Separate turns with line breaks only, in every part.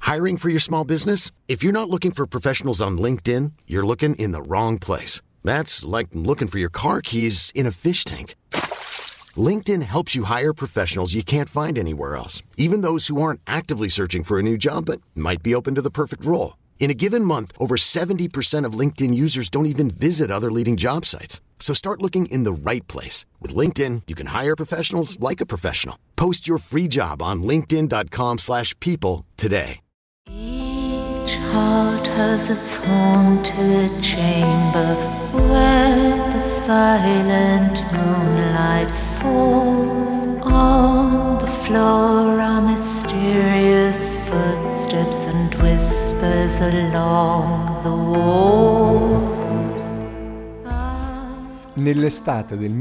Hiring for your small business? If you're not looking for professionals on LinkedIn, you're looking in the wrong place. That's like looking for your car keys in a fish tank. LinkedIn helps you hire professionals you can't find anywhere else, even those who aren't actively searching for a new job but might be open to the perfect role. In a given month, over 70% of LinkedIn users don't even visit other leading job sites. So start looking in the right place. With LinkedIn, you can hire professionals like a professional. Post your free job on linkedin.com/people today.
Each heart has its haunted chamber where the silent moonlight falls. On the floor are mysterious footsteps and whispers along the walls.
Nell'estate del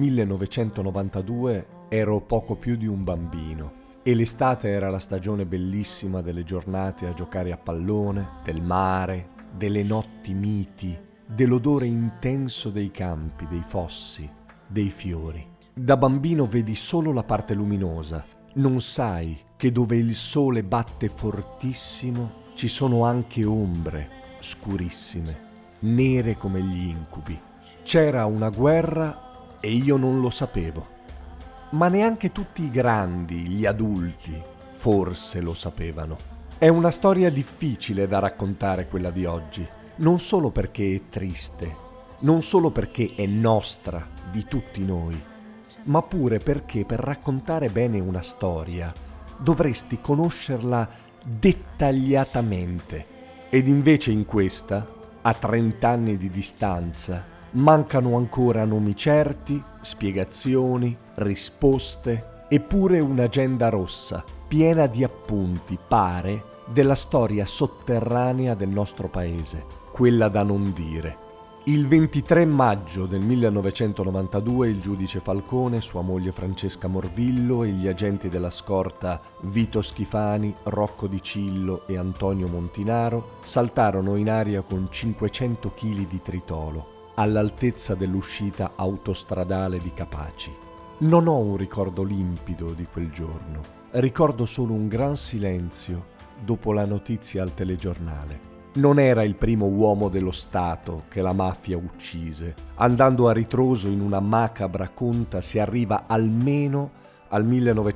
1992 ero poco più di un bambino e l'estate era la stagione bellissima delle giornate a giocare a pallone, del mare, delle notti miti, dell'odore intenso dei campi, dei fossi, dei fiori. Da bambino vedi solo la parte luminosa, non sai che dove il sole batte fortissimo ci sono anche ombre scurissime, nere come gli incubi. C'era una guerra e io non lo sapevo. Ma neanche tutti i grandi, gli adulti, forse lo sapevano. È una storia difficile da raccontare quella di oggi, non solo perché è triste, non solo perché è nostra, di tutti noi, ma pure perché per raccontare bene una storia dovresti conoscerla dettagliatamente. Ed invece in questa, a 30 anni di distanza, mancano ancora nomi certi, spiegazioni, risposte, eppure un'agenda rossa, piena di appunti, pare, della storia sotterranea del nostro paese, quella da non dire. Il 23 maggio del 1992 il giudice Falcone, sua moglie Francesca Morvillo e gli agenti della scorta Vito Schifani, Rocco Di Cillo e Antonio Montinaro saltarono in aria con 500 kg di tritolo all'altezza dell'uscita autostradale di Capaci. Non ho un ricordo limpido di quel giorno, ricordo solo un gran silenzio dopo la notizia al telegiornale. Non era il primo uomo dello Stato che la mafia uccise. Andando a ritroso in una macabra conta si arriva almeno al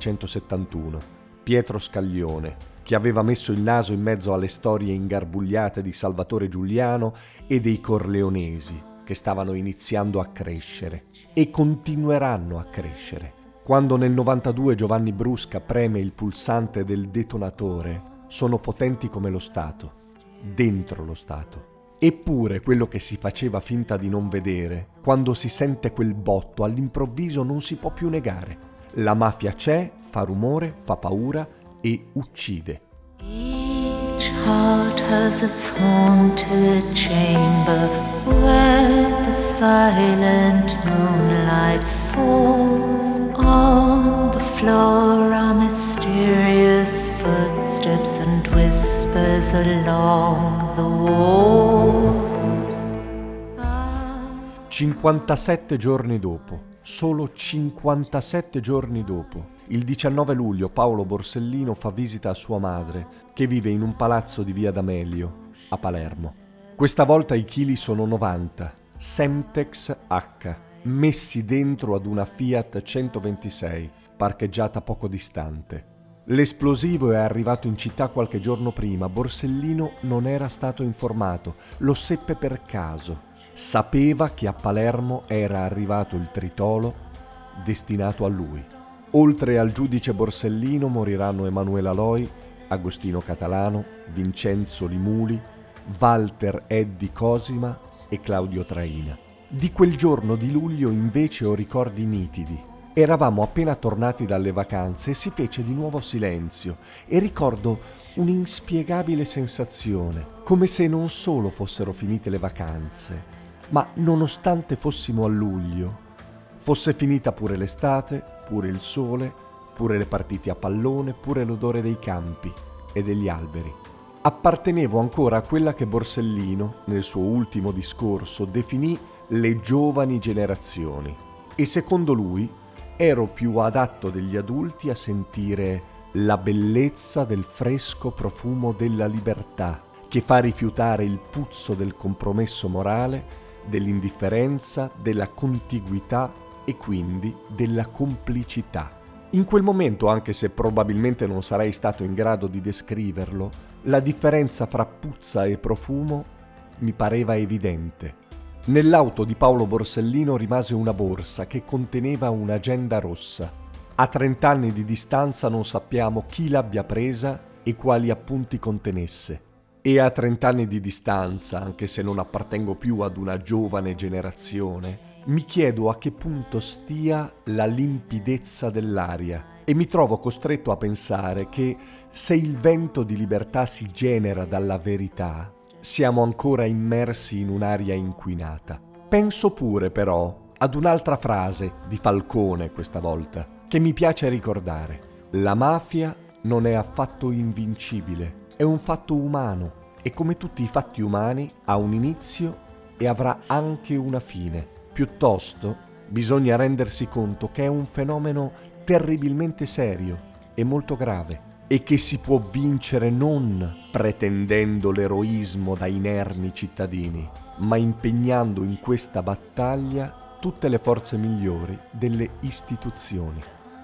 1971. Pietro Scaglione, che aveva messo il naso in mezzo alle storie ingarbugliate di Salvatore Giuliano e dei Corleonesi, che stavano iniziando a crescere e continueranno a crescere. Quando nel 92 Giovanni Brusca preme il pulsante del detonatore, sono potenti come lo Stato, dentro lo Stato. Eppure quello che si faceva finta di non vedere, quando si sente quel botto, all'improvviso non si può più negare. La mafia c'è, fa rumore, fa paura e uccide.
Each heart has its haunted chamber where the silent moonlight falls. On the floor are mysterious footsteps and whispers along the walls.
57 giorni dopo, solo 57 giorni dopo, il 19 luglio Paolo Borsellino fa visita a sua madre, che vive in un palazzo di via D'Amelio, a Palermo. Questa volta i chili sono 90, Semtex H, messi dentro ad una Fiat 126, parcheggiata poco distante. L'esplosivo è arrivato in città qualche giorno prima. Borsellino non era stato informato, lo seppe per caso. Sapeva che a Palermo era arrivato il tritolo destinato a lui. Oltre al giudice Borsellino moriranno Emanuela Loi, Agostino Catalano, Vincenzo Limuli, Walter Eddi Cosima e Claudio Traina. Di quel giorno di luglio invece ho ricordi nitidi. Eravamo appena tornati dalle vacanze e si fece di nuovo silenzio e ricordo un'inspiegabile sensazione, come se non solo fossero finite le vacanze, ma nonostante fossimo a luglio, fosse finita pure l'estate, pure il sole, pure le partite a pallone, pure l'odore dei campi e degli alberi. Appartenevo ancora a quella che Borsellino, nel suo ultimo discorso, definì le giovani generazioni e secondo lui ero più adatto degli adulti a sentire la bellezza del fresco profumo della libertà, che fa rifiutare il puzzo del compromesso morale, dell'indifferenza, della contiguità e quindi della complicità. In quel momento, anche se probabilmente non sarei stato in grado di descriverlo, la differenza fra puzza e profumo mi pareva evidente. Nell'auto di Paolo Borsellino rimase una borsa che conteneva un'agenda rossa. A 30 anni di distanza non sappiamo chi l'abbia presa e quali appunti contenesse. E a 30 anni di distanza, anche se non appartengo più ad una giovane generazione, mi chiedo a che punto stia la limpidezza dell'aria e mi trovo costretto a pensare che se il vento di libertà si genera dalla verità, siamo ancora immersi in un'aria inquinata. Penso pure però ad un'altra frase di Falcone questa volta, che mi piace ricordare. La mafia non è affatto invincibile. È un fatto umano e come tutti i fatti umani ha un inizio e avrà anche una fine. Piuttosto bisogna rendersi conto che è un fenomeno terribilmente serio e molto grave e che si può vincere non pretendendo l'eroismo da inermi cittadini, ma impegnando in questa battaglia tutte le forze migliori delle istituzioni.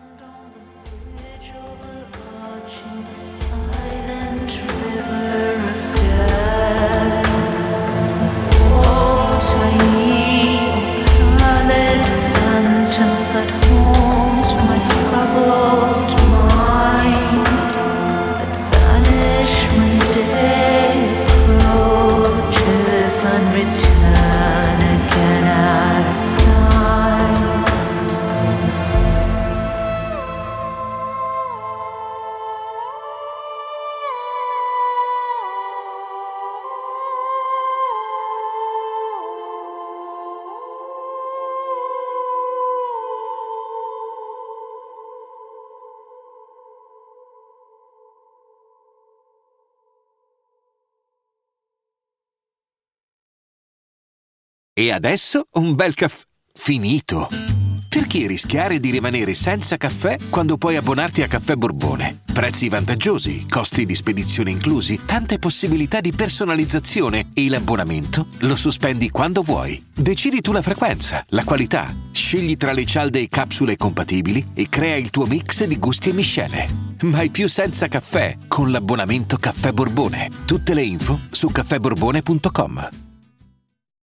E adesso un bel caffè finito. Perché rischiare di rimanere senza caffè quando puoi abbonarti a Caffè Borbone? Prezzi vantaggiosi, costi di spedizione inclusi, tante possibilità di personalizzazione e l'abbonamento lo sospendi quando vuoi. Decidi tu la frequenza, la qualità, scegli tra le cialde e capsule compatibili e crea il tuo mix di gusti e miscele. Mai più senza caffè con l'abbonamento Caffè Borbone. Tutte le info su caffèborbone.com.